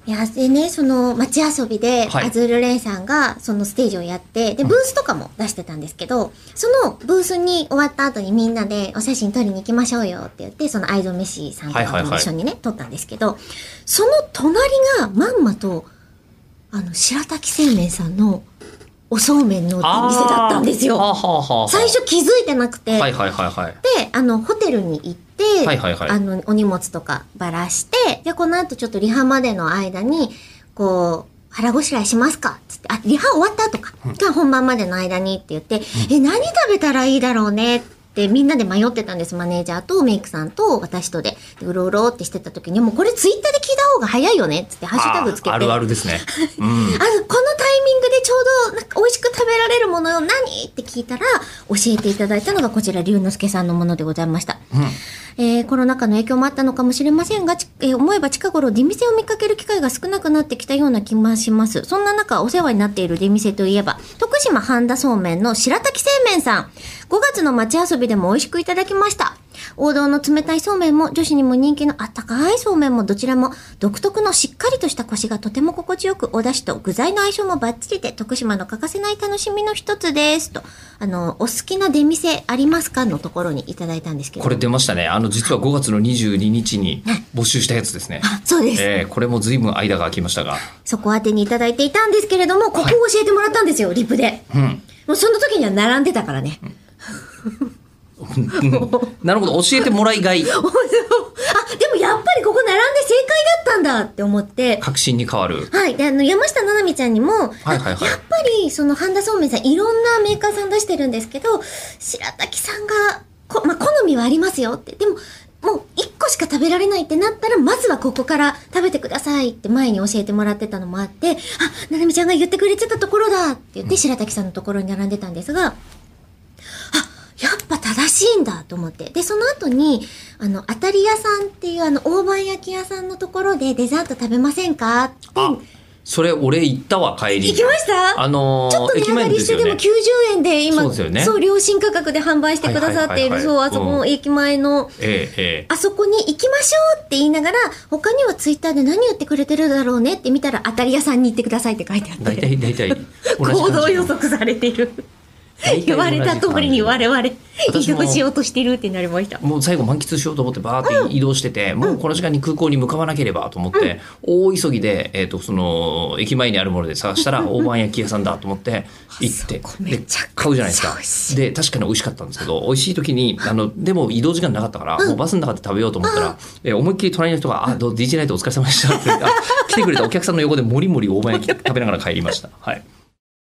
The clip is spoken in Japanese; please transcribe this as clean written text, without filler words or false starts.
いや、でね、その街遊びで、 はいアズールレイさんがそのステージをやって、で、ブースとかも出してたんですけど、そのブースに終わった後にみんなでお写真撮りに行きましょうよって言って、その愛蔵飯さんとかとも一緒にね、撮ったんですけど、その隣がまんまと、白滝製麺さんのおそうめんの店だったんですよ。 はあはあはあ、 最初気づいてなくて、 はいはいはいはい。 で、ホテルに行って、 はいはいはいお荷物とかばらして、で、この後ちょっとリハまでの間に、こう、腹ごしらえしますかつって、リハ終わった後か。が本番までの間にって言って、何食べたらいいだろうねってみんなで迷ってたんです。マネージャーとメイクさんと私とで。でうろうろってしてた時に、もうこれツイッターで聞いた方が早いよねつってハッシュタグつけて。 あるあるですね。 このタイミングでちょうどなんか美味しく食べられるものを何って聞いたら、教えていただいたのがこちら龍之介さんのものでございました。コロナ禍の影響もあったのかもしれませんが、思えば近頃出店を見かける機会が少なくなってきたような気がします。そんな中お世話になっている出店といえば、徳島半田そうめんの白滝製麺さん。5月の街遊びでも美味しくいただきました。王道の冷たいそうめんも女子にも人気のあったかいそうめんもどちらも独特のしっかりとしたコシがとても心地よく、お出汁と具材の相性もバッチリで徳島の欠かせない楽しみの一つですと、お好きな出店ありますかのところにいただいたんですけど、 これ出ましたね。実は5月の22日に募集したやつですね。 あ、そうです、 これも随分間が空きましたが、そこ宛てにいただいていたんですけれども、ここを教えてもらったんですよ、リプで。もうその時には並んでたからね。 なるほど、教えてもらいがい。 でもやっぱりここ並んで正解だったんだって思って。 確信に変わる。 はい。で、山下ななみちゃんにも、 はいはいはい、 やっぱり、その、半田そうめんさん、いろんなメーカーさん出してるんですけど、白滝さんが、好みはありますよって。でも、もう、1個しか食べられないってなったら、まずはここから食べてくださいって前に教えてもらってたのもあって、ななみちゃんが言ってくれてたところだって言って、白滝さんのところに並んでたんですが、やっぱ正しいんだと思って。で、その後に、あたり屋さんっていう大判焼き屋さんのところでデザート食べませんかって。 それ俺行ったわ、帰り。 行きました？ちょっと値上がりしてでも90円で今、そう、良心価格で販売してくださっている、そう、あそこの駅前の、あそこに行きましょうって言いながら、他にはツイッターで何言ってくれてるだろうねって見たら、あたり屋さんに行ってくださいって書いてあって。 大体。 行動予測されている。言われた通りに我々移動しようとしてるってなりました。 もう最後満喫しようと思ってバーって移動してて、もうこの時間に空港に向かわなければと思って、大急ぎで、その駅前にあるもので探したら大判焼き屋さんだと思って行って、で買うじゃないですか。で確かに美味しかったんですけど、美味しい時にでも移動時間なかったから、もうバスの中で食べようと思ったら、思いっきり隣の人がDJ ナイトお疲れ様でしたって来てくれたお客さんの横でもりもり大判焼き食べながら帰りました。はい。